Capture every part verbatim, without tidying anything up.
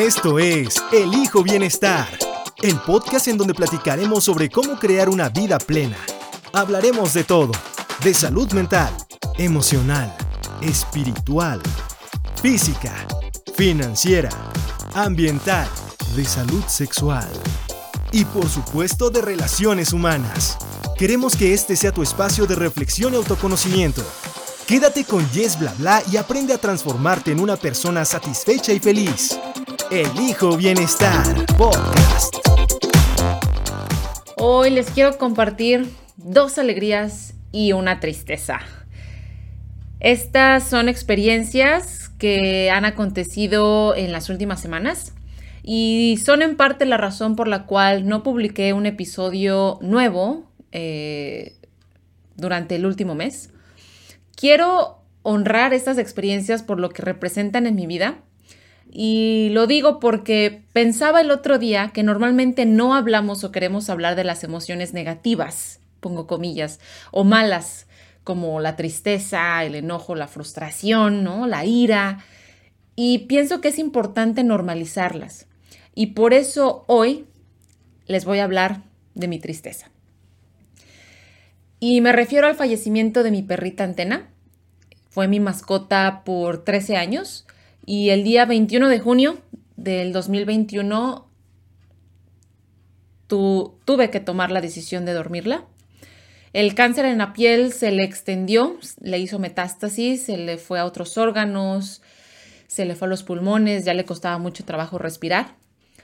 Esto es Elijo Bienestar, el podcast en donde platicaremos sobre cómo crear una vida plena. Hablaremos de todo, de salud mental, emocional, espiritual, física, financiera, ambiental, de salud sexual y por supuesto de relaciones humanas. Queremos que este sea tu espacio de reflexión y autoconocimiento. Quédate con Yes Bla Bla y aprende a transformarte en una persona satisfecha y feliz. Elijo Bienestar Podcast. Hoy les quiero compartir dos alegrías y una tristeza. Estas son experiencias que han acontecido en las últimas semanas y son en parte la razón por la cual no publiqué un episodio nuevo eh, durante el último mes. Quiero honrar estas experiencias por lo que representan en mi vida y lo digo porque pensaba el otro día que normalmente no hablamos o queremos hablar de las emociones negativas, pongo comillas, o malas, como la tristeza, el enojo, la frustración, ¿no? La ira, y pienso que es importante normalizarlas y por eso hoy les voy a hablar de mi tristeza. Y me refiero al fallecimiento de mi perrita Antena. Fue mi mascota por trece años y el día veintiuno de junio del dos mil veintiuno tu, tuve que tomar la decisión de dormirla. El cáncer en la piel se le extendió, le hizo metástasis, se le fue a otros órganos, se le fue a los pulmones, ya le costaba mucho trabajo respirar.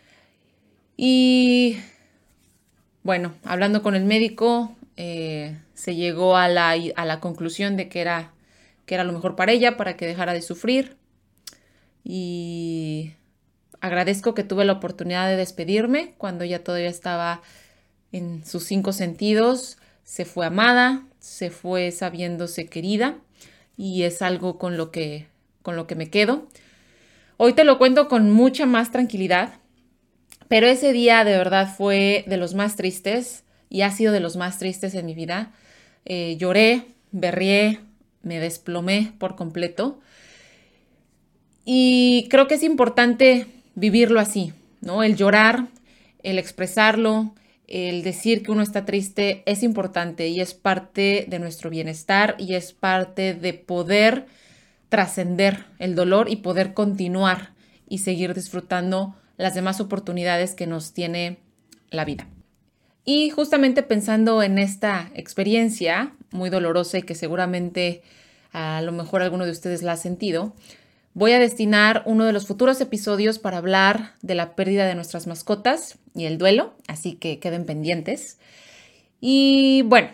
Y bueno, hablando con el médico, eh, se llegó a la, a la conclusión de que era, que era lo mejor para ella, para que dejara de sufrir. Y agradezco que tuve la oportunidad de despedirme cuando ella todavía estaba en sus cinco sentidos. Se fue amada, se fue sabiéndose querida y es algo con lo que, con lo que me quedo. Hoy te lo cuento con mucha más tranquilidad, pero ese día de verdad fue de los más tristes y ha sido de los más tristes en mi vida. Eh, lloré, berrié, me desplomé por completo y creo que es importante vivirlo así, ¿no? El llorar, el expresarlo, el decir que uno está triste es importante y es parte de nuestro bienestar y es parte de poder trascender el dolor y poder continuar y seguir disfrutando las demás oportunidades que nos tiene la vida. Y justamente pensando en esta experiencia muy dolorosa y que seguramente a lo mejor alguno de ustedes la ha sentido, voy a destinar uno de los futuros episodios para hablar de la pérdida de nuestras mascotas y el duelo, así que queden pendientes. Y bueno,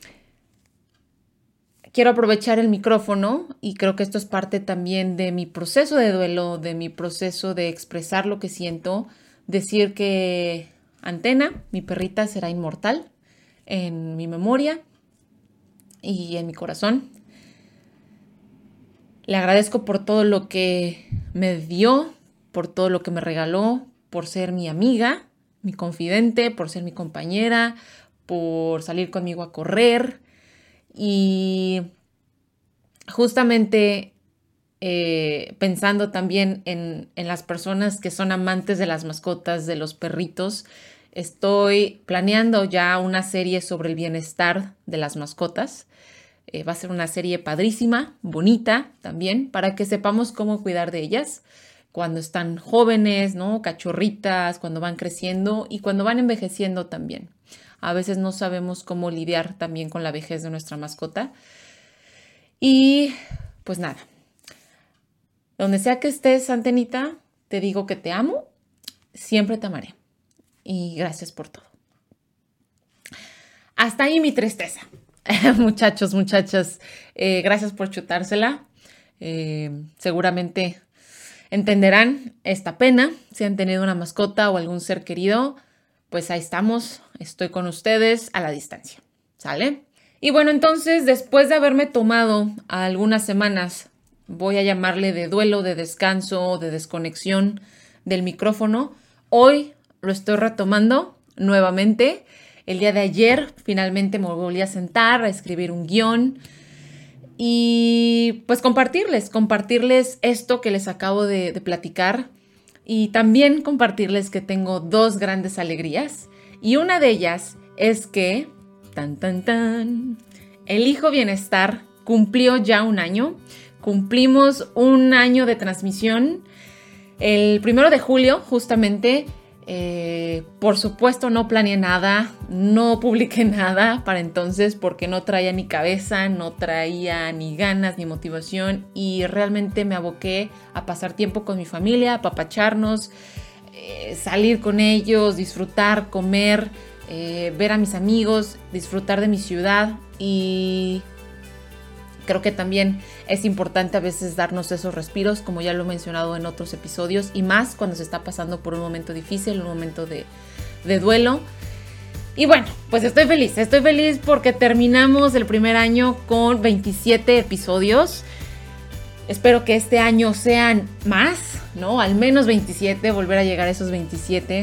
quiero aprovechar el micrófono y creo que esto es parte también de mi proceso de duelo, de mi proceso de expresar lo que siento, decir que Antena, mi perrita, será inmortal en mi memoria y en mi corazón. Le agradezco por todo lo que me dio, por todo lo que me regaló, por ser mi amiga, mi confidente, por ser mi compañera, por salir conmigo a correr. Y justamente eh, pensando también en, en las personas que son amantes de las mascotas, de los perritos, estoy planeando ya una serie sobre el bienestar de las mascotas. Eh, va a ser una serie padrísima, bonita también, para que sepamos cómo cuidar de ellas cuando están jóvenes, ¿no? Cachorritas, cuando van creciendo y cuando van envejeciendo también. A veces no sabemos cómo lidiar también con la vejez de nuestra mascota. Y pues nada, donde sea que estés, Antenita, te digo que te amo, siempre te amaré. Y gracias por todo. Hasta ahí mi tristeza. Muchachos, muchachas, eh, gracias por chutársela. Eh, seguramente entenderán esta pena. Si han tenido una mascota o algún ser querido, pues ahí estamos. Estoy con ustedes a la distancia. ¿Sale? Y bueno, entonces, después de haberme tomado algunas semanas, voy a llamarle de duelo, de descanso, de desconexión del micrófono, hoy lo estoy retomando nuevamente. El día de ayer finalmente me volví a sentar a escribir un guión y pues compartirles, compartirles esto que les acabo de, de platicar y también compartirles que tengo dos grandes alegrías. Y una de ellas es que, tan, tan, tan, Elijo Bienestar cumplió ya un año. Cumplimos un año de transmisión el primero de julio, justamente. Eh, por supuesto no planeé nada, no publiqué nada para entonces porque no traía ni cabeza, no traía ni ganas ni motivación y realmente me aboqué a pasar tiempo con mi familia, a apapacharnos, eh, salir con ellos, disfrutar, comer, eh, ver a mis amigos, disfrutar de mi ciudad y creo que también es importante a veces darnos esos respiros, como ya lo he mencionado en otros episodios, y más cuando se está pasando por un momento difícil, un momento de, de duelo. Y bueno, pues estoy feliz, estoy feliz porque terminamos el primer año con veintisiete episodios. Espero que este año sean más, ¿no? Al menos veintisiete, volver a llegar a esos veintisiete.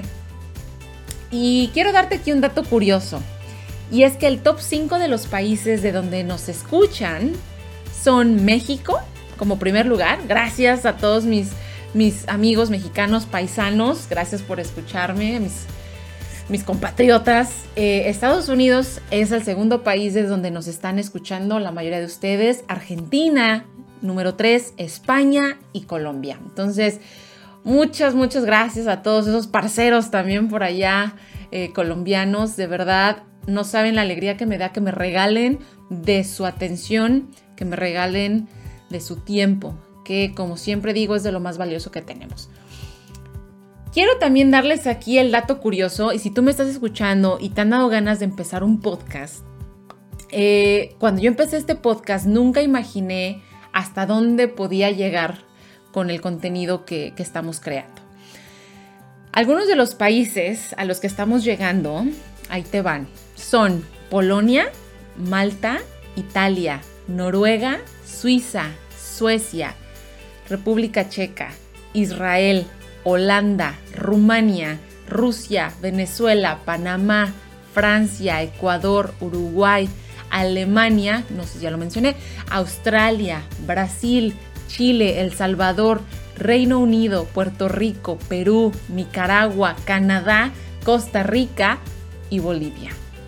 Y quiero darte aquí un dato curioso, y es que el top cinco de los países de donde nos escuchan son México, como primer lugar. Gracias a todos mis, mis amigos mexicanos, paisanos. Gracias por escucharme, mis, mis compatriotas. Eh, Estados Unidos es el segundo país desde donde nos están escuchando la mayoría de ustedes. Argentina, número tres, España y Colombia. Entonces, muchas, muchas gracias a todos esos parceros también por allá, eh, colombianos. De verdad, no saben la alegría que me da que me regalen de su atención, que me regalen de su tiempo, que como siempre digo es de lo más valioso que tenemos. Quiero también darles aquí el dato curioso, y si tú me estás escuchando y te han dado ganas de empezar un podcast, eh, cuando yo empecé este podcast nunca imaginé hasta dónde podía llegar con el contenido que, que estamos creando. Algunos de los países a los que estamos llegando, ahí te van, son Polonia, Malta, Italia, Noruega, Suiza, Suecia, República Checa, Israel, Holanda, Rumania, Rusia, Venezuela, Panamá, Francia, Ecuador, Uruguay, Alemania, no sé si ya lo mencioné, Australia, Brasil, Chile, El Salvador, Reino Unido, Puerto Rico, Perú, Nicaragua, Canadá, Costa Rica y Bolivia.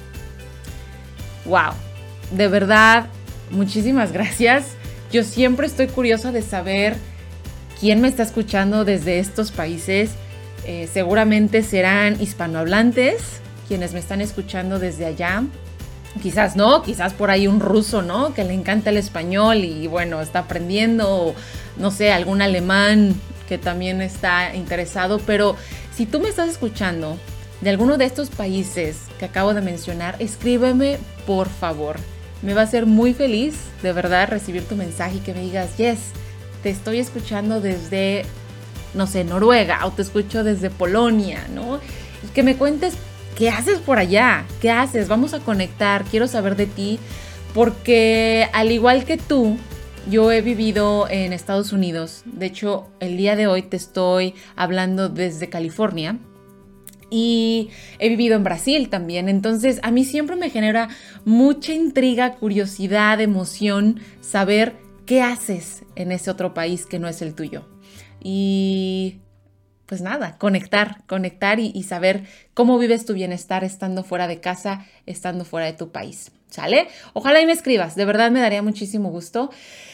¡Wow! De verdad, muchísimas gracias. Yo siempre estoy curiosa de saber quién me está escuchando desde estos países. Eh, seguramente serán hispanohablantes quienes me están escuchando desde allá. Quizás no, quizás por ahí un ruso, ¿no? Que le encanta el español y bueno, está aprendiendo, o no sé, algún alemán que también está interesado. Pero si tú me estás escuchando de alguno de estos países que acabo de mencionar, escríbeme por favor. Me va a hacer muy feliz, de verdad, recibir tu mensaje y que me digas, yes, te estoy escuchando desde, no sé, Noruega, o te escucho desde Polonia, ¿no? Y que me cuentes qué haces por allá, qué haces, vamos a conectar, quiero saber de ti, porque al igual que tú, yo he vivido en Estados Unidos. De hecho, el día de hoy te estoy hablando desde California. Y he vivido en Brasil también, entonces a mí siempre me genera mucha intriga, curiosidad, emoción saber qué haces en ese otro país que no es el tuyo. Y pues nada, conectar, conectar y, y saber cómo vives tu bienestar estando fuera de casa, estando fuera de tu país, ¿sale? Ojalá y me escribas, de verdad me daría muchísimo gusto.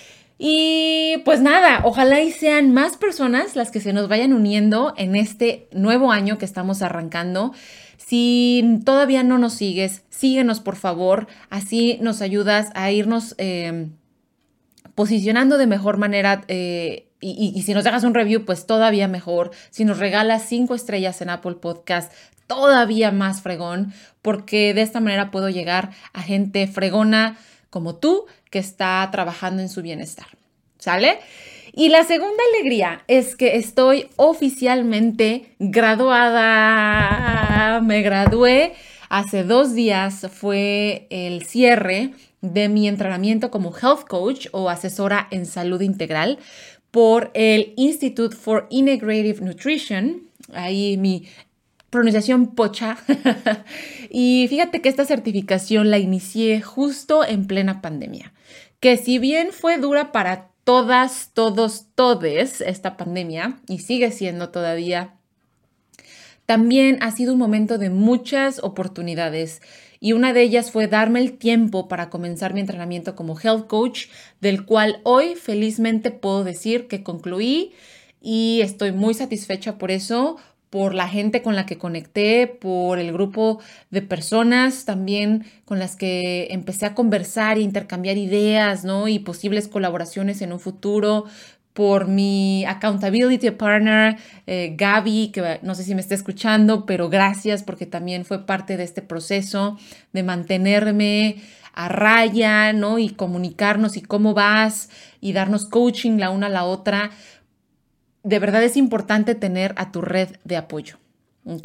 Y pues nada, ojalá y sean más personas las que se nos vayan uniendo en este nuevo año que estamos arrancando. Si todavía no nos sigues, síguenos por favor, así nos ayudas a irnos eh, posicionando de mejor manera eh, y, y, y si nos dejas un review, pues todavía mejor. Si nos regalas cinco estrellas en Apple Podcast, todavía más fregón, porque de esta manera puedo llegar a gente fregona como tú, que está trabajando en su bienestar, ¿sale? Y la segunda alegría es que estoy oficialmente graduada. Me gradué hace dos días, fue el cierre de mi entrenamiento como Health Coach o asesora en salud integral por el Institute for Integrative Nutrition, ahí mi pronunciación pocha. Y fíjate que esta certificación la inicié justo en plena pandemia, que si bien fue dura para todas, todos, todes esta pandemia, y sigue siendo todavía, también ha sido un momento de muchas oportunidades. Y una de ellas fue darme el tiempo para comenzar mi entrenamiento como Health Coach, del cual hoy felizmente puedo decir que concluí y estoy muy satisfecha por eso, por la gente con la que conecté, por el grupo de personas también con las que empecé a conversar e intercambiar ideas, ¿no? Y posibles colaboraciones en un futuro, por mi accountability partner, eh, Gaby, que no sé si me está escuchando, pero gracias porque también fue parte de este proceso de mantenerme a raya, ¿no? Y comunicarnos y cómo vas y darnos coaching la una a la otra. De verdad es importante tener a tu red de apoyo, ¿ok?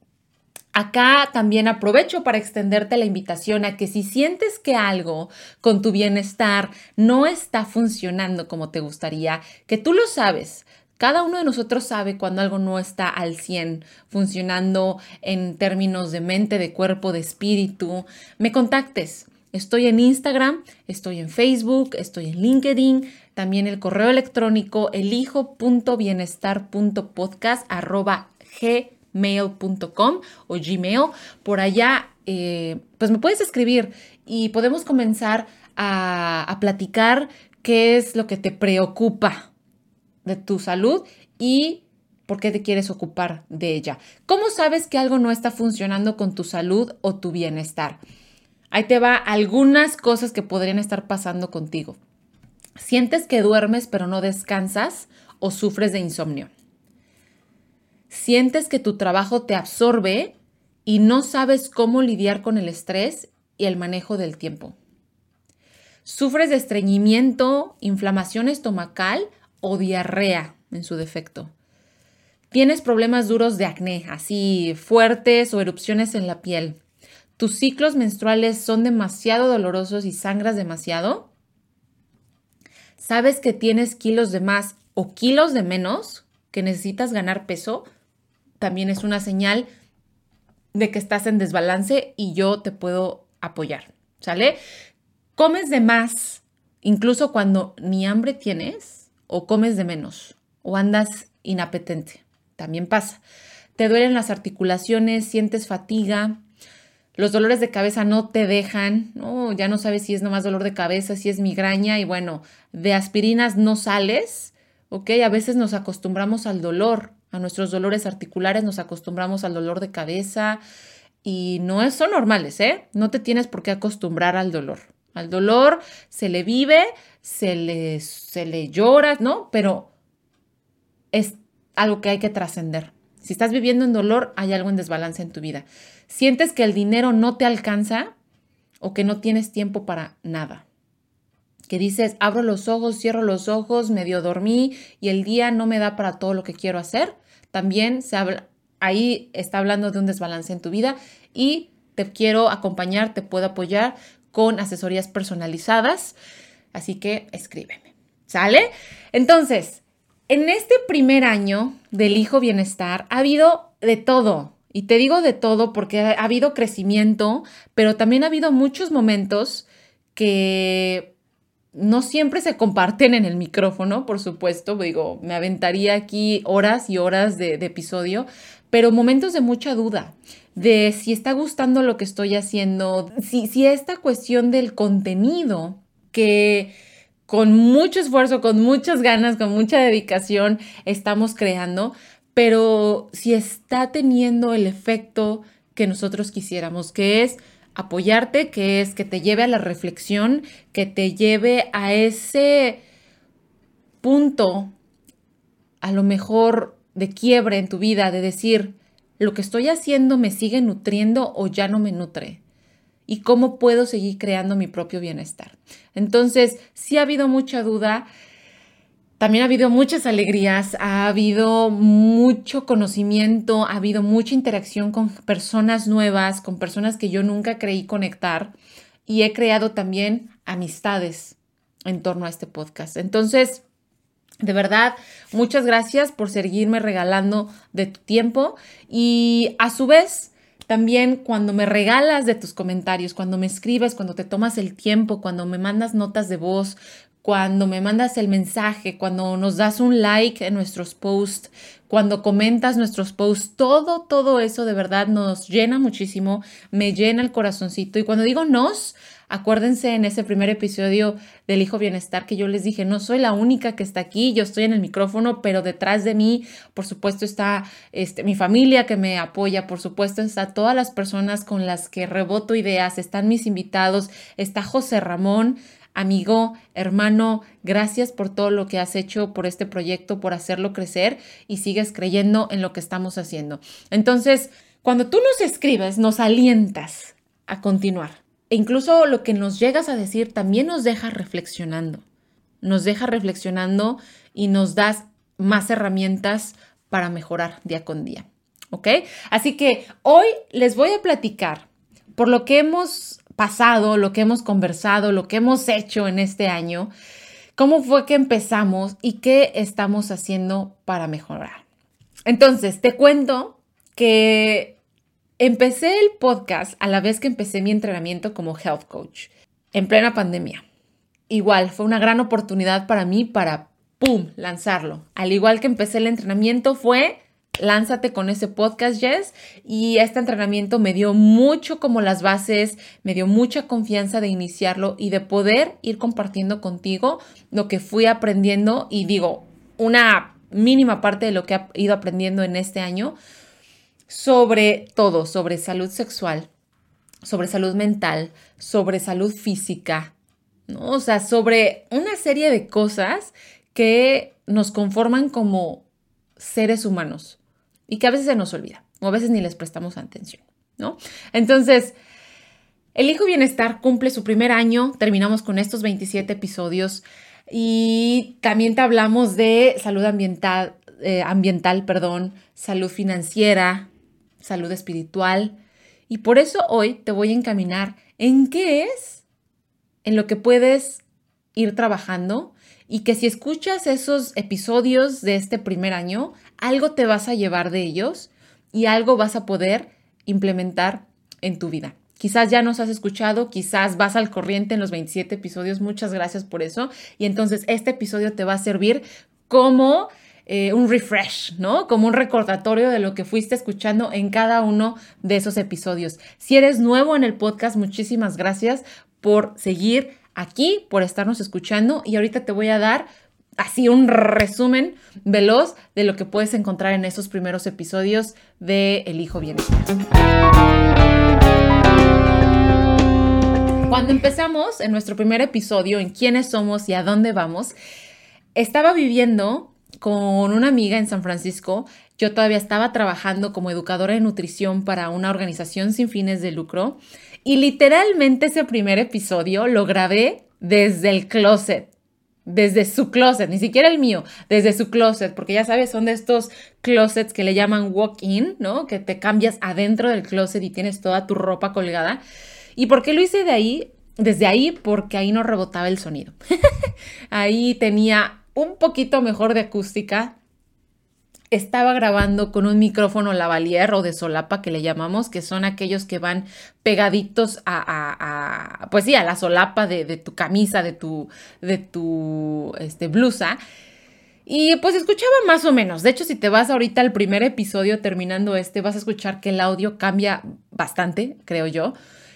Acá también aprovecho para extenderte la invitación a que si sientes que algo con tu bienestar no está funcionando como te gustaría, que tú lo sabes. Cada uno de nosotros sabe cuando algo no está al cien funcionando en términos de mente, de cuerpo, de espíritu. Me contactes. Estoy en Instagram, estoy en Facebook, estoy en LinkedIn, también el correo electrónico elijo punto bienestar punto podcast arroba gmail punto com o Gmail. Por allá, eh, pues me puedes escribir y podemos comenzar a, a platicar qué es lo que te preocupa de tu salud y por qué te quieres ocupar de ella. ¿Cómo sabes que algo no está funcionando con tu salud o tu bienestar? Ahí te va algunas cosas que podrían estar pasando contigo. ¿Sientes que duermes pero no descansas o sufres de insomnio? ¿Sientes que tu trabajo te absorbe y no sabes cómo lidiar con el estrés y el manejo del tiempo? ¿Sufres de estreñimiento, inflamación estomacal o diarrea en su defecto? ¿Tienes problemas duros de acné, así fuertes o erupciones en la piel? ¿Tus ciclos menstruales son demasiado dolorosos y sangras demasiado? ¿Sabes que tienes kilos de más o kilos de menos, que necesitas ganar peso? También es una señal de que estás en desbalance y yo te puedo apoyar, ¿sale? ¿Comes de más incluso cuando ni hambre tienes o comes de menos o andas inapetente? También pasa. ¿Te duelen las articulaciones? ¿Sientes fatiga? Los dolores de cabeza no te dejan, ¿no? Ya no sabes si es nomás dolor de cabeza, si es migraña y bueno, de aspirinas no sales, ¿ok? A veces nos acostumbramos al dolor, a nuestros dolores articulares, nos acostumbramos al dolor de cabeza y no es- son normales, ¿eh? No te tienes por qué acostumbrar al dolor. Al dolor se le vive, se le, se le llora, ¿no? Pero es algo que hay que trascender. Si estás viviendo en dolor, hay algo en desbalance en tu vida. ¿Sientes que el dinero no te alcanza o que no tienes tiempo para nada? Que dices, abro los ojos, cierro los ojos, medio dormí y el día no me da para todo lo que quiero hacer. También se habla, ahí está hablando de un desbalance en tu vida y te quiero acompañar, te puedo apoyar con asesorías personalizadas. Así que escríbeme, ¿sale? Entonces, en este primer año del Elijo Bienestar ha habido de todo. Y te digo de todo porque ha habido crecimiento, pero también ha habido muchos momentos que no siempre se comparten en el micrófono, por supuesto. Digo, me aventaría aquí horas y horas de, de episodio, pero momentos de mucha duda, de si está gustando lo que estoy haciendo, si, si esta cuestión del contenido que con mucho esfuerzo, con muchas ganas, con mucha dedicación estamos creando, pero si está teniendo el efecto que nosotros quisiéramos, que es apoyarte, que es que te lleve a la reflexión, que te lleve a ese punto, a lo mejor de quiebre en tu vida, de decir, ¿lo que estoy haciendo me sigue nutriendo o ya no me nutre? ¿Y cómo puedo seguir creando mi propio bienestar? Entonces, sí ha habido mucha duda. También ha habido muchas alegrías, ha habido mucho conocimiento, ha habido mucha interacción con personas nuevas, con personas que yo nunca creí conectar y he creado también amistades en torno a este podcast. Entonces, de verdad, muchas gracias por seguirme regalando de tu tiempo y a su vez, también cuando me regalas de tus comentarios, cuando me escribes, cuando te tomas el tiempo, cuando me mandas notas de voz, cuando me mandas el mensaje, cuando nos das un like en nuestros posts, cuando comentas nuestros posts, todo, todo eso de verdad nos llena muchísimo, me llena el corazoncito. Y cuando digo nos, acuérdense en ese primer episodio del Hijo Bienestar que yo les dije, no soy la única que está aquí, yo estoy en el micrófono, pero detrás de mí, por supuesto, está este, mi familia que me apoya, por supuesto, está todas las personas con las que reboto ideas, están mis invitados, está José Ramón. Amigo, hermano, gracias por todo lo que has hecho por este proyecto, por hacerlo crecer y sigues creyendo en lo que estamos haciendo. Entonces, cuando tú nos escribes, nos alientas a continuar. E incluso lo que nos llegas a decir también nos deja reflexionando. Nos deja reflexionando y nos das más herramientas para mejorar día con día. ¿Ok? Así que hoy les voy a platicar por lo que hemos pasado, lo que hemos conversado, lo que hemos hecho en este año, cómo fue que empezamos y qué estamos haciendo para mejorar. Entonces, te cuento que empecé el podcast a la vez que empecé mi entrenamiento como health coach, en plena pandemia. Igual, fue una gran oportunidad para mí para, ¡pum!, lanzarlo. Al igual que empecé el entrenamiento fue... Lánzate con ese podcast, Jess, y este entrenamiento me dio mucho como las bases, me dio mucha confianza de iniciarlo y de poder ir compartiendo contigo lo que fui aprendiendo y digo, una mínima parte de lo que he ido aprendiendo en este año sobre todo, sobre salud sexual, sobre salud mental, sobre salud física, ¿no? O sea, sobre una serie de cosas que nos conforman como seres humanos. Y que a veces se nos olvida, o a veces ni les prestamos atención, ¿no? Entonces, el Hijo Bienestar cumple su primer año, terminamos con estos veintisiete episodios y también te hablamos de salud ambiental, eh, ambiental, perdón, salud financiera, salud espiritual. Y por eso hoy te voy a encaminar en qué es en lo que puedes ir trabajando y que si escuchas esos episodios de este primer año, algo te vas a llevar de ellos y algo vas a poder implementar en tu vida. Quizás ya nos has escuchado, quizás vas al corriente en los veintisiete episodios. Muchas gracias por eso. Y entonces este episodio te va a servir como eh, un refresh, ¿no? Como un recordatorio de lo que fuiste escuchando en cada uno de esos episodios. Si eres nuevo en el podcast, muchísimas gracias por seguir aquí, por estarnos escuchando. Y ahorita te voy a dar así un resumen veloz de lo que puedes encontrar en esos primeros episodios de El Hijo Bienestar. Cuando empezamos en nuestro primer episodio en quiénes somos y a dónde vamos, estaba viviendo con una amiga en San Francisco. Yo todavía estaba trabajando como educadora de nutrición para una organización sin fines de lucro y literalmente ese primer episodio lo grabé desde el closet. Desde su closet, ni siquiera el mío, desde su closet, porque ya sabes, son de estos closets que le llaman walk-in, ¿no? Que te cambias adentro del closet y tienes toda tu ropa colgada. ¿Y por qué lo hice de ahí? Desde ahí, porque ahí no rebotaba el sonido. Ahí tenía un poquito mejor de acústica. Estaba grabando con un micrófono lavalier o de solapa que le llamamos, que son aquellos que van pegaditos a, a, a pues sí, a la solapa de, de tu camisa, de tu, de tu este, blusa. Y pues escuchaba más o menos. De hecho, si te vas ahorita al primer episodio terminando este, vas a escuchar que el audio cambia bastante, creo yo.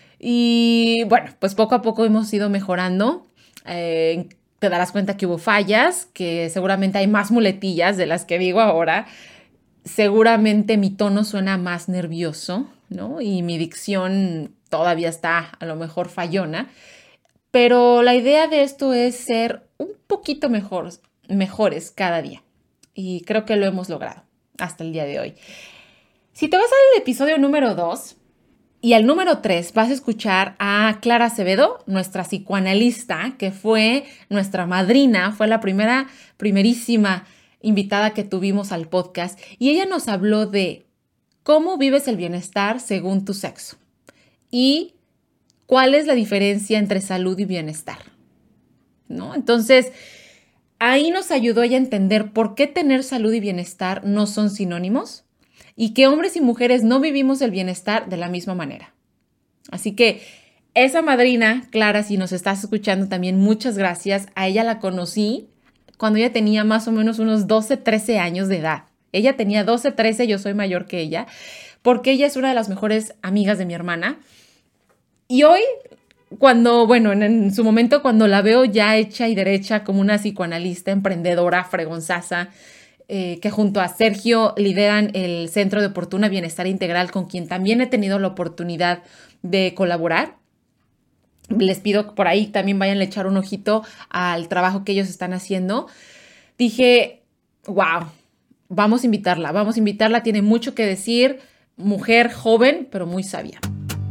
Y bueno, pues poco a poco hemos ido mejorando. Eh, Te darás cuenta que hubo fallas, que seguramente hay más muletillas de las que digo ahora. Seguramente mi tono suena más nervioso, ¿no? Y mi dicción todavía está a lo mejor fallona. Pero la idea de esto es ser un poquito mejor, mejores cada día. Y creo que lo hemos logrado hasta el día de hoy. Si te vas al episodio número dos... y al número tres vas a escuchar a Clara Acevedo, nuestra psicoanalista, que fue nuestra madrina, fue la primera, primerísima invitada que tuvimos al podcast. Y ella nos habló de cómo vives el bienestar según tu sexo y cuál es la diferencia entre salud y bienestar, ¿no? Entonces, ahí nos ayudó ella a entender por qué tener salud y bienestar no son sinónimos, y que hombres y mujeres no vivimos el bienestar de la misma manera. Así que esa madrina, Clara, si nos estás escuchando también, muchas gracias. A ella la conocí cuando ella tenía más o menos unos doce, trece años de edad. Ella tenía doce, trece, yo soy mayor que ella, porque ella es una de las mejores amigas de mi hermana. Y hoy, cuando, bueno, en, en su momento, cuando la veo ya hecha y derecha como una psicoanalista, emprendedora, fregonzaza, eh, que junto a Sergio lideran el Centro de Oportuna Bienestar Integral, con quien también he tenido la oportunidad de colaborar. Les pido por ahí también vayan a echar un ojito al trabajo que ellos están haciendo. Dije, wow, vamos a invitarla, vamos a invitarla, tiene mucho que decir, mujer joven, pero muy sabia.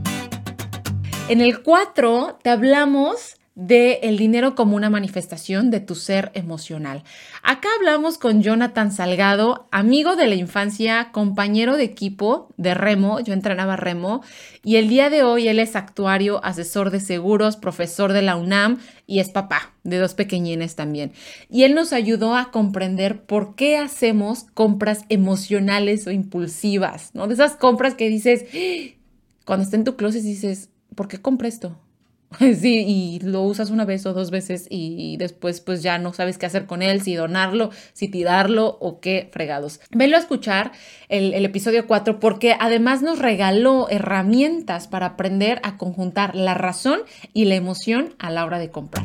En el cuatro te hablamos de el dinero como una manifestación de tu ser emocional. Acá hablamos con Jonathan Salgado, amigo de la infancia, compañero de equipo de remo, yo entrenaba remo, y el día de hoy él es actuario, asesor de seguros, profesor de la UNAM y es papá de dos pequeñines también. Y él nos ayudó a comprender por qué hacemos compras emocionales o impulsivas, ¿no? De esas compras que dices, cuando está en tu closet dices, ¿por qué compré esto? Sí, y lo usas una vez o dos veces y después pues ya no sabes qué hacer con él, si donarlo, si tirarlo o qué fregados. Venlo a escuchar el, el episodio cuatro porque además nos regaló herramientas para aprender a conjuntar la razón y la emoción a la hora de comprar.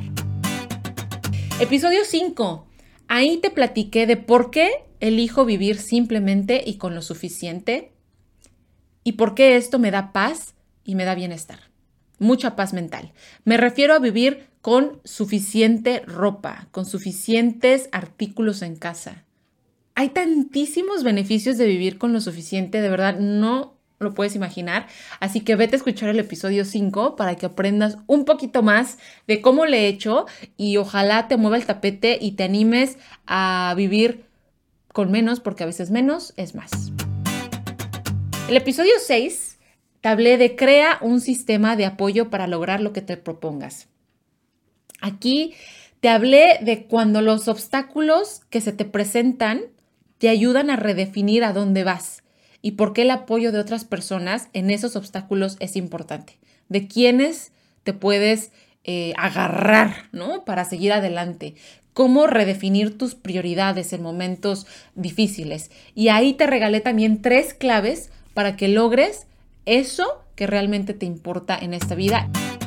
Episodio cinco. Ahí te platiqué de por qué elijo vivir simplemente y con lo suficiente y por qué esto me da paz y me da bienestar. Mucha paz mental. Me refiero a vivir con suficiente ropa, con suficientes artículos en casa. Hay tantísimos beneficios de vivir con lo suficiente, de verdad, no lo puedes imaginar. Así que vete a escuchar el episodio cinco para que aprendas un poquito más de cómo le he hecho y ojalá te mueva el tapete y te animes a vivir con menos, porque a veces menos es más. El episodio seis te hablé de crea un sistema de apoyo para lograr lo que te propongas. Aquí te hablé de cuando los obstáculos que se te presentan te ayudan a redefinir a dónde vas y por qué el apoyo de otras personas en esos obstáculos es importante. De quiénes te puedes eh, agarrar, ¿no? Para seguir adelante. Cómo redefinir tus prioridades en momentos difíciles. Y ahí te regalé también tres claves para que logres eso que realmente te importa en esta vida.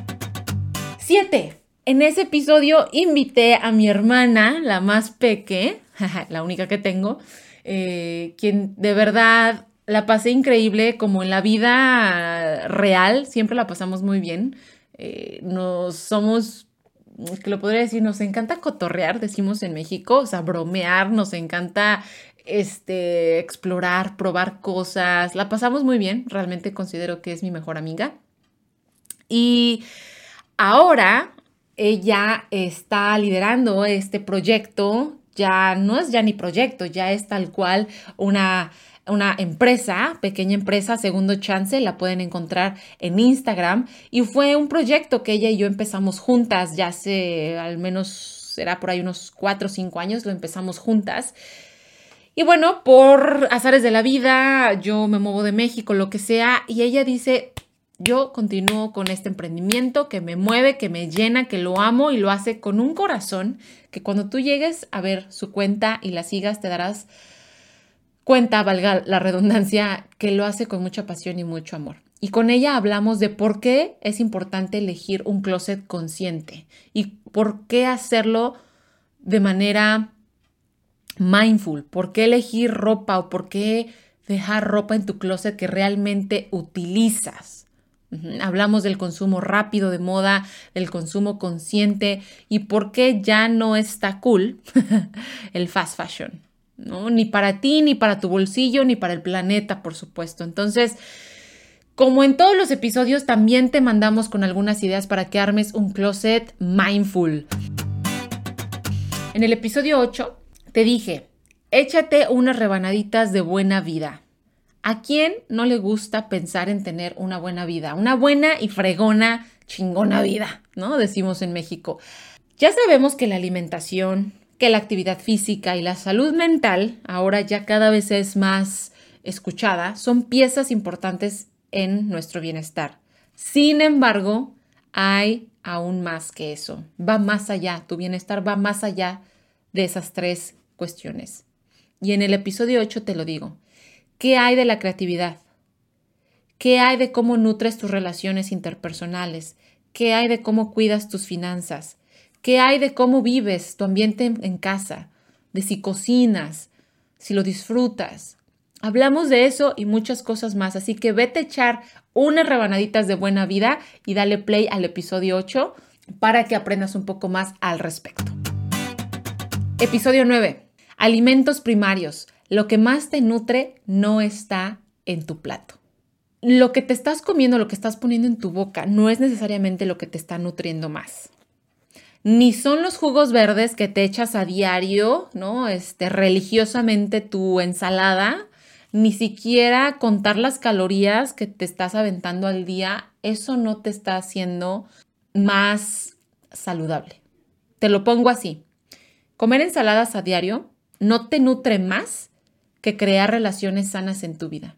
Siete. En ese episodio invité a mi hermana, la más peque, la única que tengo, eh, quien de verdad la pasé increíble, como en la vida real, siempre la pasamos muy bien. Eh, nos somos, que lo podría decir, nos encanta cotorrear, decimos en México, o sea, bromear, nos encanta Este, explorar, probar cosas. La pasamos muy bien, realmente considero que es mi mejor amiga. Y ahora ella está liderando este proyecto, ya no es ya ni proyecto, ya es tal cual una, una empresa, pequeña empresa, Segundo Chance, la pueden encontrar en Instagram. Y fue un proyecto que ella y yo empezamos juntas, ya hace al menos, será por ahí unos cuatro o cinco años, lo empezamos juntas. Y bueno, por azares de la vida, yo me muevo de México, lo que sea, y ella dice, yo continúo con este emprendimiento que me mueve, que me llena, que lo amo y lo hace con un corazón que cuando tú llegues a ver su cuenta y la sigas te darás cuenta, valga la redundancia, que lo hace con mucha pasión y mucho amor. Y con ella hablamos de por qué es importante elegir un closet consciente y por qué hacerlo de manera mindful, por qué elegir ropa o por qué dejar ropa en tu closet que realmente utilizas. Uh-huh. Hablamos del consumo rápido de moda, del consumo consciente y por qué ya no está cool el fast fashion, ¿no? Ni para ti, ni para tu bolsillo, ni para el planeta, por supuesto. Entonces, como en todos los episodios, también te mandamos con algunas ideas para que armes un closet mindful. En el episodio ocho te dije, échate unas rebanaditas de buena vida. ¿A quién no le gusta pensar en tener una buena vida? Una buena y fregona, chingona vida, ¿no? Decimos en México. Ya sabemos que la alimentación, que la actividad física y la salud mental, ahora ya cada vez es más escuchada, son piezas importantes en nuestro bienestar. Sin embargo, hay aún más que eso. Va más allá, tu bienestar va más allá de esas tres cuestiones. Y en el episodio ocho te lo digo. ¿Qué hay de la creatividad? ¿Qué hay de cómo nutres tus relaciones interpersonales? ¿Qué hay de cómo cuidas tus finanzas? ¿Qué hay de cómo vives tu ambiente en casa? De si cocinas, si lo disfrutas. Hablamos de eso y muchas cosas más, así que vete a echar unas rebanaditas de buena vida y dale play al episodio ocho para que aprendas un poco más al respecto. Episodio nueve. Alimentos primarios. Lo que más te nutre no está en tu plato. Lo que te estás comiendo, lo que estás poniendo en tu boca, no es necesariamente lo que te está nutriendo más. Ni son los jugos verdes que te echas a diario, ¿no? Este, religiosamente tu ensalada, ni siquiera contar las calorías que te estás aventando al día, eso no te está haciendo más saludable. Te lo pongo así. Comer ensaladas a diario no te nutre más que crear relaciones sanas en tu vida.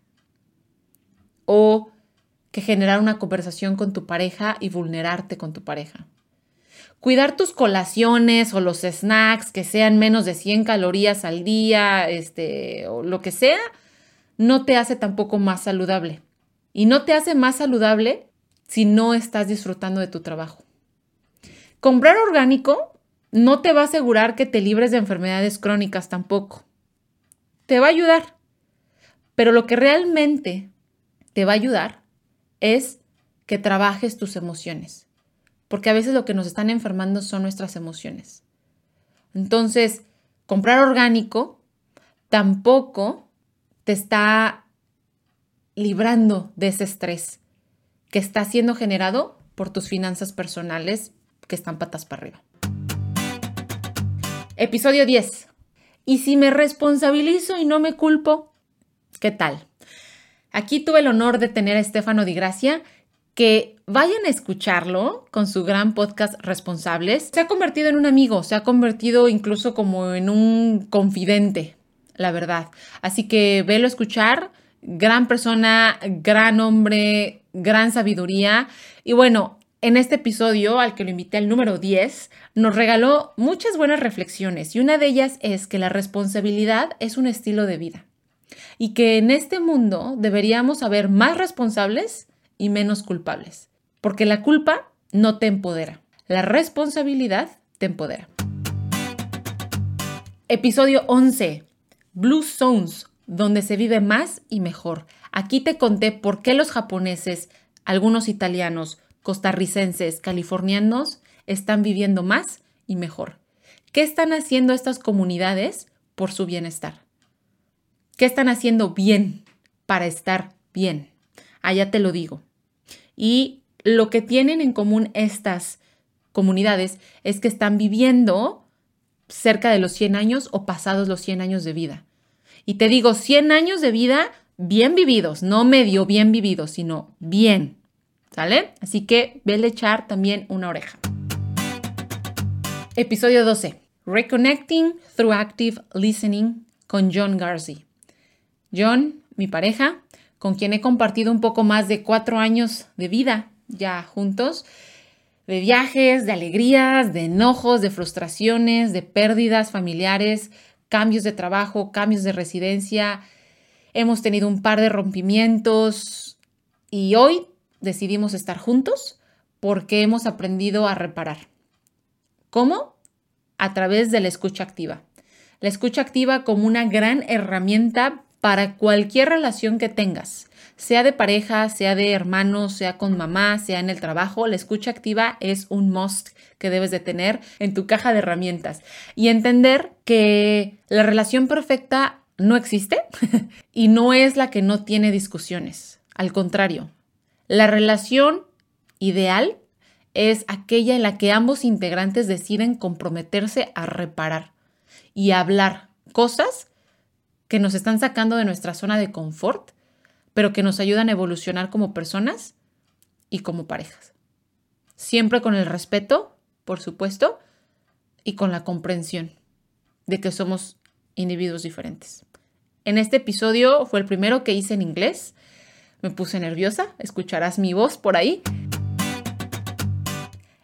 O que generar una conversación con tu pareja y vulnerarte con tu pareja. Cuidar tus colaciones o los snacks que sean menos de cien calorías al día, este, o lo que sea, no te hace tampoco más saludable. Y no te hace más saludable si no estás disfrutando de tu trabajo. Comprar orgánico no te va a asegurar que te libres de enfermedades crónicas tampoco. Te va a ayudar, pero lo que realmente te va a ayudar es que trabajes tus emociones, porque a veces lo que nos están enfermando son nuestras emociones. Entonces, comprar orgánico tampoco te está librando de ese estrés que está siendo generado por tus finanzas personales que están patas para arriba. Episodio diez. ¿Y si me responsabilizo y no me culpo? ¿Qué tal? Aquí tuve el honor de tener a Stefano Di Grazia, que vayan a escucharlo con su gran podcast Responsables. Se ha convertido en un amigo, se ha convertido incluso como en un confidente, la verdad. Así que velo a escuchar, gran persona, gran hombre, gran sabiduría. Y bueno, en este episodio, al que lo invité al número diez, nos regaló muchas buenas reflexiones y una de ellas es que la responsabilidad es un estilo de vida y que en este mundo deberíamos haber más responsables y menos culpables, porque la culpa no te empodera, la responsabilidad te empodera. Episodio once, Blue Zones, donde se vive más y mejor. Aquí te conté por qué los japoneses, algunos italianos, costarricenses, californianos están viviendo más y mejor. ¿Qué están haciendo estas comunidades por su bienestar? ¿Qué están haciendo bien para estar bien? Allá te lo digo. Y lo que tienen en común estas comunidades es que están viviendo cerca de los cien años o pasados los cien años de vida. Y te digo, cien años de vida bien vividos, no medio bien vividos, sino bien. ¿Sale? Así que vele a echar también una oreja. Episodio doce. Reconnecting through Active Listening con John Garzi. John, mi pareja, con quien he compartido un poco más de cuatro años de vida ya juntos, de viajes, de alegrías, de enojos, de frustraciones, de pérdidas familiares, cambios de trabajo, cambios de residencia. Hemos tenido un par de rompimientos y hoy decidimos estar juntos porque hemos aprendido a reparar. ¿Cómo? A través de la escucha activa. La escucha activa como una gran herramienta para cualquier relación que tengas, sea de pareja, sea de hermanos, sea con mamá, sea en el trabajo. La escucha activa es un must que debes de tener en tu caja de herramientas y entender que la relación perfecta no existe y no es la que no tiene discusiones. Al contrario, la relación ideal es aquella en la que ambos integrantes deciden comprometerse a reparar y a hablar cosas que nos están sacando de nuestra zona de confort, pero que nos ayudan a evolucionar como personas y como parejas. Siempre con el respeto, por supuesto, y con la comprensión de que somos individuos diferentes. En este episodio fue el primero que hice en inglés. Me puse nerviosa, escucharás mi voz por ahí.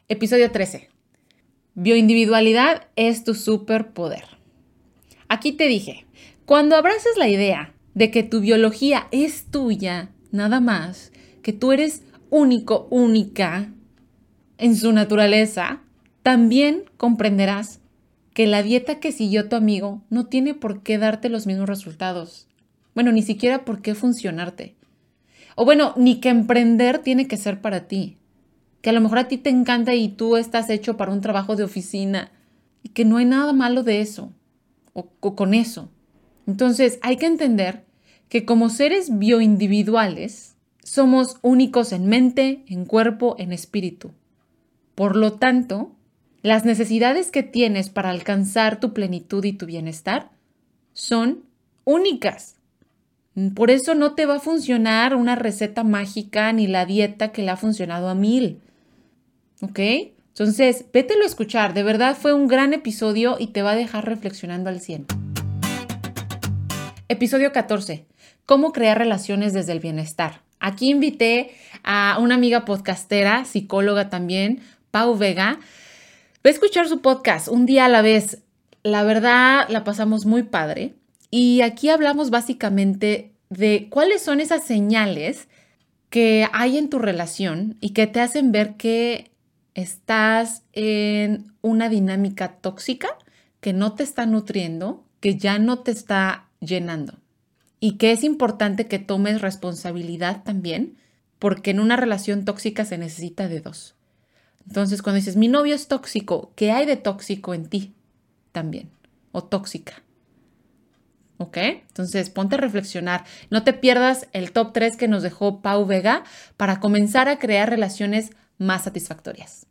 Episodio trece. Bioindividualidad es tu superpoder. Aquí te dije, cuando abraces la idea de que tu biología es tuya, nada más, que tú eres único, única en su naturaleza, también comprenderás que la dieta que siguió tu amigo no tiene por qué darte los mismos resultados. Bueno, ni siquiera por qué funcionarte. O bueno, ni que emprender tiene que ser para ti. Que a lo mejor a ti te encanta y tú estás hecho para un trabajo de oficina y que no hay nada malo de eso o, o con eso. Entonces hay que entender que como seres bioindividuales somos únicos en mente, en cuerpo, en espíritu. Por lo tanto, las necesidades que tienes para alcanzar tu plenitud y tu bienestar son únicas. Por eso no te va a funcionar una receta mágica ni la dieta que le ha funcionado a mil. ¿Ok? Entonces, vételo a escuchar. De verdad fue un gran episodio y te va a dejar reflexionando al cien. Episodio catorce. ¿Cómo crear relaciones desde el bienestar? Aquí invité a una amiga podcastera, psicóloga también, Pau Vega. Ve a escuchar su podcast un día a la vez. La verdad, la pasamos muy padre. Y aquí hablamos básicamente de cuáles son esas señales que hay en tu relación y que te hacen ver que estás en una dinámica tóxica que no te está nutriendo, que ya no te está llenando. Y que es importante que tomes responsabilidad también, porque en una relación tóxica se necesita de dos. Entonces, cuando dices, mi novio es tóxico, ¿qué hay de tóxico en ti también? O tóxica. ¿Ok? Entonces, ponte a reflexionar. No te pierdas el top tres que nos dejó Pau Vega para comenzar a crear relaciones más satisfactorias.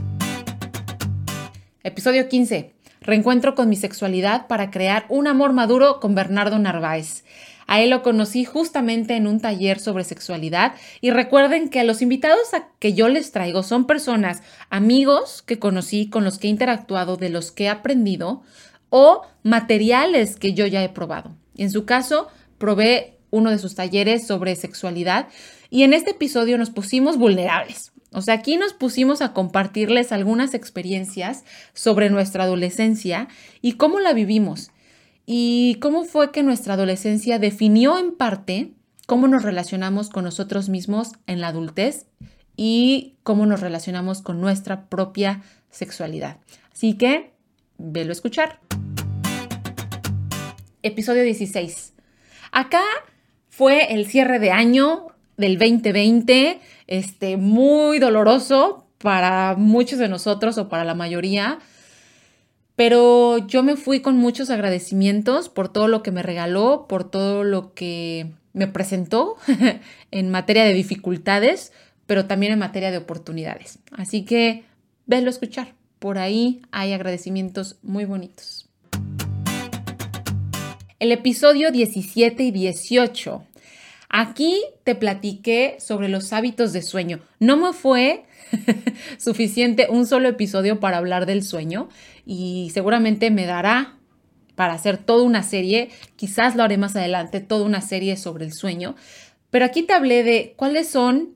Episodio quince. Reencuentro con mi sexualidad para crear un amor maduro con Bernardo Narváez. A él lo conocí justamente en un taller sobre sexualidad y recuerden que a los invitados a que yo les traigo son personas, amigos que conocí, con los que he interactuado, de los que he aprendido o materiales que yo ya he probado. En su caso, probé uno de sus talleres sobre sexualidad y en este episodio nos pusimos vulnerables. O sea, aquí nos pusimos a compartirles algunas experiencias sobre nuestra adolescencia y cómo la vivimos. Y cómo fue que nuestra adolescencia definió en parte cómo nos relacionamos con nosotros mismos en la adultez y cómo nos relacionamos con nuestra propia sexualidad. Así que, velo a escuchar. Episodio dieciséis. Acá fue el cierre de año del veinte veinte, este, muy doloroso para muchos de nosotros o para la mayoría. Pero yo me fui con muchos agradecimientos por todo lo que me regaló, por todo lo que me presentó en materia de dificultades, pero también en materia de oportunidades. Así que velo a escuchar. Por ahí hay agradecimientos muy bonitos. El episodio diecisiete y dieciocho. Aquí te platiqué sobre los hábitos de sueño. No me fue suficiente un solo episodio para hablar del sueño y seguramente me dará para hacer toda una serie, quizás lo haré más adelante, toda una serie sobre el sueño, pero aquí te hablé de cuáles son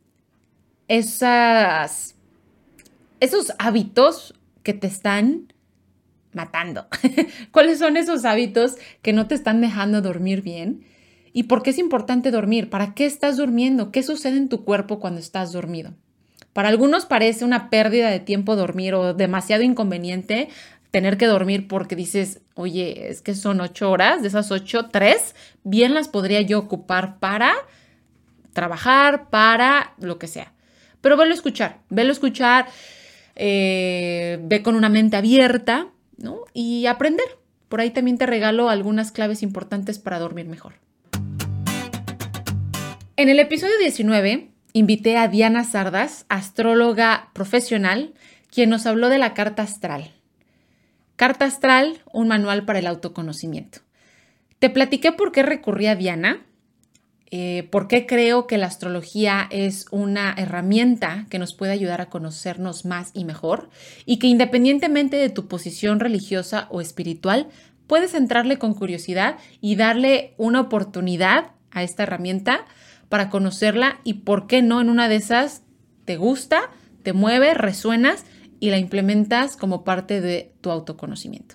esas, esos hábitos que te están matando, cuáles son esos hábitos que no te están dejando dormir bien. ¿Y por qué es importante dormir? ¿Para qué estás durmiendo? ¿Qué sucede en tu cuerpo cuando estás dormido? Para algunos parece una pérdida de tiempo dormir o demasiado inconveniente tener que dormir porque dices, oye, es que son ocho horas, de esas ocho, tres, bien las podría yo ocupar para trabajar, para lo que sea. Pero velo a escuchar, velo a escuchar, eh, ve con una mente abierta, ¿no? Y aprender. Por ahí también te regalo algunas claves importantes para dormir mejor. En el episodio diecinueve, invité a Diana Sardas, astróloga profesional, quien nos habló de la carta astral. Carta astral, un manual para el autoconocimiento. Te platiqué por qué recurrí a Diana, eh, por qué creo que la astrología es una herramienta que nos puede ayudar a conocernos más y mejor y que independientemente de tu posición religiosa o espiritual, puedes entrarle con curiosidad y darle una oportunidad a esta herramienta para conocerla y por qué no en una de esas te gusta, te mueve, resuenas y la implementas como parte de tu autoconocimiento.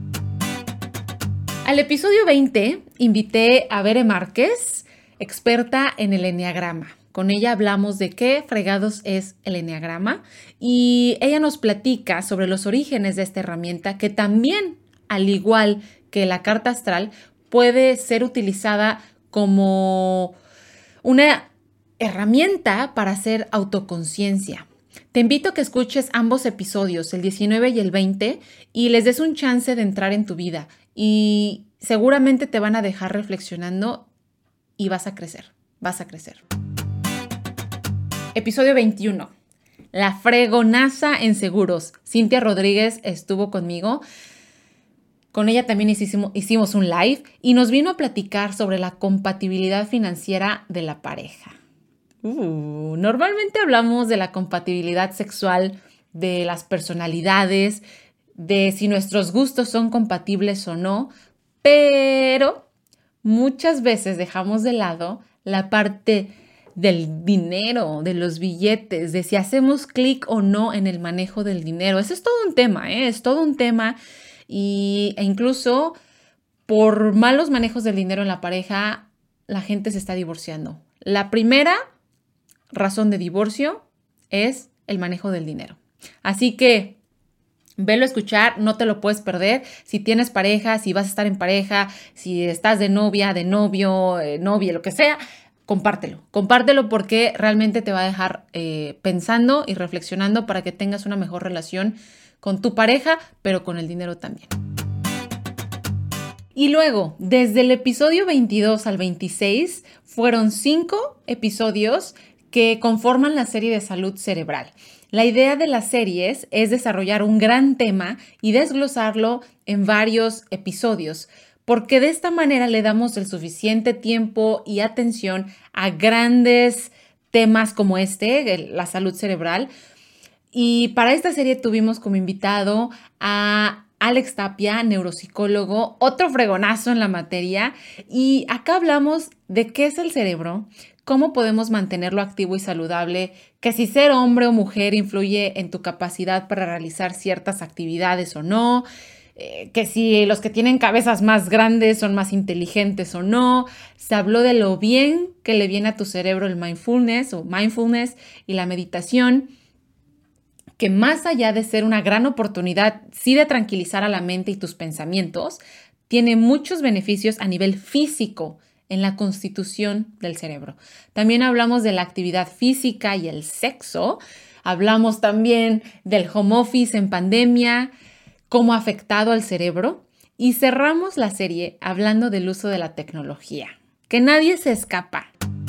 Al episodio veinte invité a Bere Márquez, experta en el eneagrama. Con ella hablamos de qué fregados es el eneagrama y ella nos platica sobre los orígenes de esta herramienta que también, al igual que la carta astral, puede ser utilizada como una herramienta para hacer autoconciencia. Te invito a que escuches ambos episodios, el diecinueve y el veinte, y les des un chance de entrar en tu vida y seguramente te van a dejar reflexionando y vas a crecer, vas a crecer. Episodio veintiuno. La fregonaza en seguros. Cintia Rodríguez estuvo conmigo. Con ella también hicimos, hicimos un live y nos vino a platicar sobre la compatibilidad financiera de la pareja. Uh, normalmente hablamos de la compatibilidad sexual, de las personalidades, de si nuestros gustos son compatibles o no, pero muchas veces dejamos de lado la parte del dinero, de los billetes, de si hacemos clic o no en el manejo del dinero. Ese es todo un tema, ¿eh? Es todo un tema y, e incluso por malos manejos del dinero en la pareja, la gente se está divorciando. La primera razón de divorcio es el manejo del dinero. Así que velo a escuchar, no te lo puedes perder. Si tienes pareja, si vas a estar en pareja, si estás de novia, de novio, eh, novia, lo que sea, compártelo. Compártelo porque realmente te va a dejar eh, pensando y reflexionando para que tengas una mejor relación con tu pareja, pero con el dinero también. Y luego, desde el episodio veintidós al veintiséis, fueron cinco episodios que conforman la serie de salud cerebral. La idea de las series es desarrollar un gran tema y desglosarlo en varios episodios, porque de esta manera le damos el suficiente tiempo y atención a grandes temas como este, la salud cerebral. Y para esta serie tuvimos como invitado a Alex Tapia, neuropsicólogo, otro fregonazo en la materia. Y acá hablamos de qué es el cerebro, cómo podemos mantenerlo activo y saludable, que si ser hombre o mujer influye en tu capacidad para realizar ciertas actividades o no, eh, que si los que tienen cabezas más grandes son más inteligentes o no. Se habló de lo bien que le viene a tu cerebro el mindfulness o mindfulness y la meditación, que más allá de ser una gran oportunidad, sí, de tranquilizar a la mente y tus pensamientos, tiene muchos beneficios a nivel físico en la constitución del cerebro. También hablamos de la actividad física y el sexo. Hablamos también del home office en pandemia, cómo ha afectado al cerebro. Y cerramos la serie hablando del uso de la tecnología, que nadie se escapa.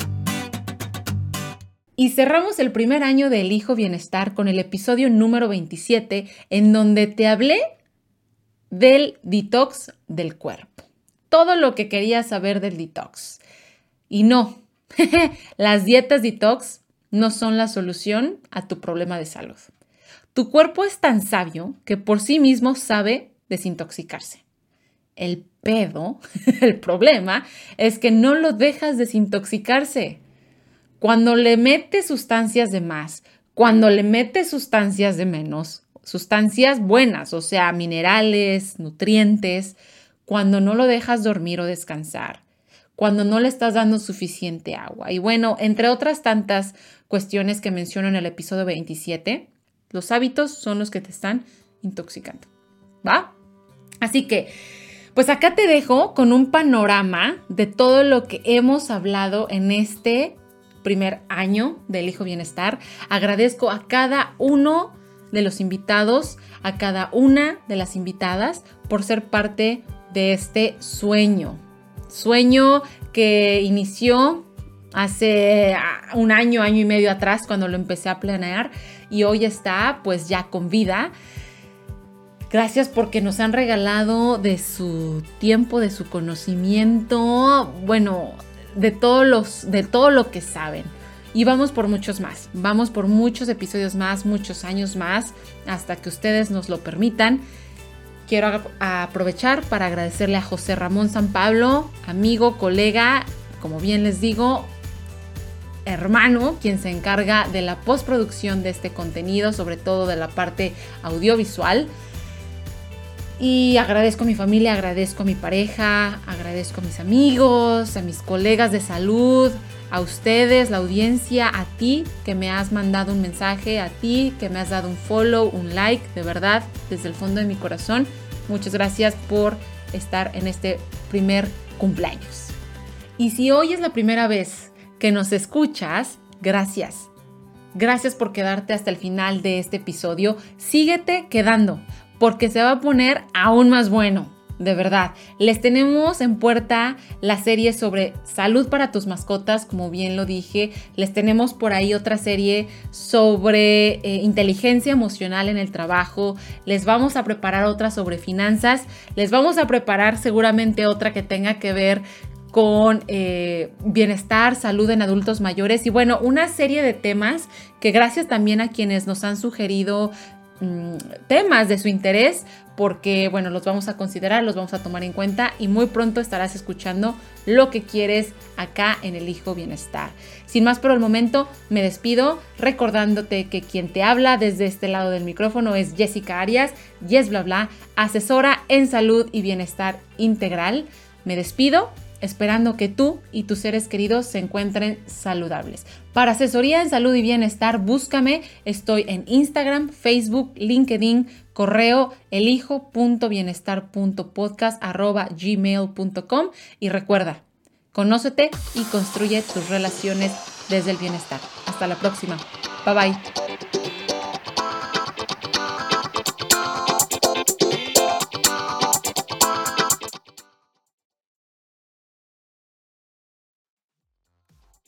Y cerramos el primer año de Elijo Bienestar con el episodio número veintisiete, en donde te hablé del detox del cuerpo. Todo lo que querías saber del detox. Y no, las dietas detox no son la solución a tu problema de salud. Tu cuerpo es tan sabio que por sí mismo sabe desintoxicarse. El pedo, el problema, es que no lo dejas desintoxicarse. Cuando le metes sustancias de más, cuando le metes sustancias de menos, sustancias buenas, o sea, minerales, nutrientes, cuando no lo dejas dormir o descansar, cuando no le estás dando suficiente agua. Y bueno, entre otras tantas cuestiones que menciono en el episodio veintisiete, los hábitos son los que te están intoxicando, ¿va? Así que, pues acá te dejo con un panorama de todo lo que hemos hablado en este primer año de Elijo Bienestar. Agradezco a cada uno de los invitados, a cada una de las invitadas por ser parte de este sueño. Sueño que inició hace un año, año y medio atrás cuando lo empecé a planear y hoy está pues ya con vida. Gracias porque nos han regalado de su tiempo, de su conocimiento, bueno, de todos los, de todo lo que saben. Y vamos por muchos más, vamos por muchos episodios más, muchos años más, hasta que ustedes nos lo permitan. Quiero aprovechar para agradecerle a José Ramón San Pablo, amigo, colega, como bien les digo, hermano, quien se encarga de la postproducción de este contenido, sobre todo de la parte audiovisual. Y agradezco a mi familia, agradezco a mi pareja, agradezco a mis amigos, a mis colegas de salud, a ustedes, la audiencia, a ti que me has mandado un mensaje, a ti que me has dado un follow, un like, de verdad, desde el fondo de mi corazón. Muchas gracias por estar en este primer cumpleaños. Y si hoy es la primera vez que nos escuchas, gracias. Gracias por quedarte hasta el final de este episodio. Síguete quedando, porque se va a poner aún más bueno, de verdad. Les tenemos en puerta la serie sobre salud para tus mascotas, como bien lo dije. Les tenemos por ahí otra serie sobre eh, inteligencia emocional en el trabajo. Les vamos a preparar otra sobre finanzas. Les vamos a preparar seguramente otra que tenga que ver con eh, bienestar, salud en adultos mayores y bueno, una serie de temas que gracias también a quienes nos han sugerido mmm, temas de su interés, porque bueno, los vamos a considerar, los vamos a tomar en cuenta y muy pronto estarás escuchando lo que quieres acá en Elijo Bienestar. Sin más por el momento, me despido recordándote que quien te habla desde este lado del micrófono es Jessica Arias, Yes Bla Bla, asesora en salud y bienestar integral. Me despido esperando que tú y tus seres queridos se encuentren saludables. Para asesoría en salud y bienestar, búscame. Estoy en Instagram, Facebook, LinkedIn, correo elijo punto bienestar punto podcast arroba gmail punto com y recuerda, conócete y construye tus relaciones desde el bienestar. Hasta la próxima. Bye bye.